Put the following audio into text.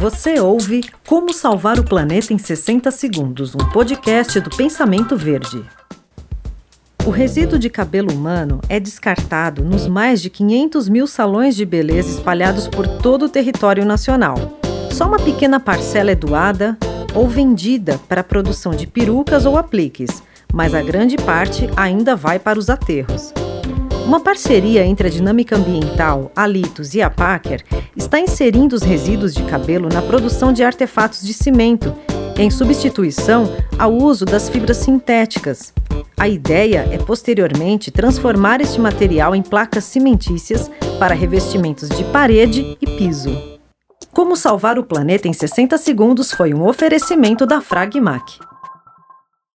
Você ouve Como Salvar o Planeta em 60 Segundos, um podcast do Pensamento Verde. O resíduo de cabelo humano é descartado nos mais de 500 mil salões de beleza espalhados por todo o território nacional. Só uma pequena parcela é doada ou vendida para a produção de perucas ou apliques, mas a grande parte ainda vai para os aterros. Uma parceria entre a Dinâmica Ambiental, a Litus e a Packer está inserindo os resíduos de cabelo na produção de artefatos de cimento, em substituição ao uso das fibras sintéticas. A ideia é, posteriormente, transformar este material em placas cimentícias para revestimentos de parede e piso. Como Salvar o Planeta em 60 Segundos foi um oferecimento da Fragmac.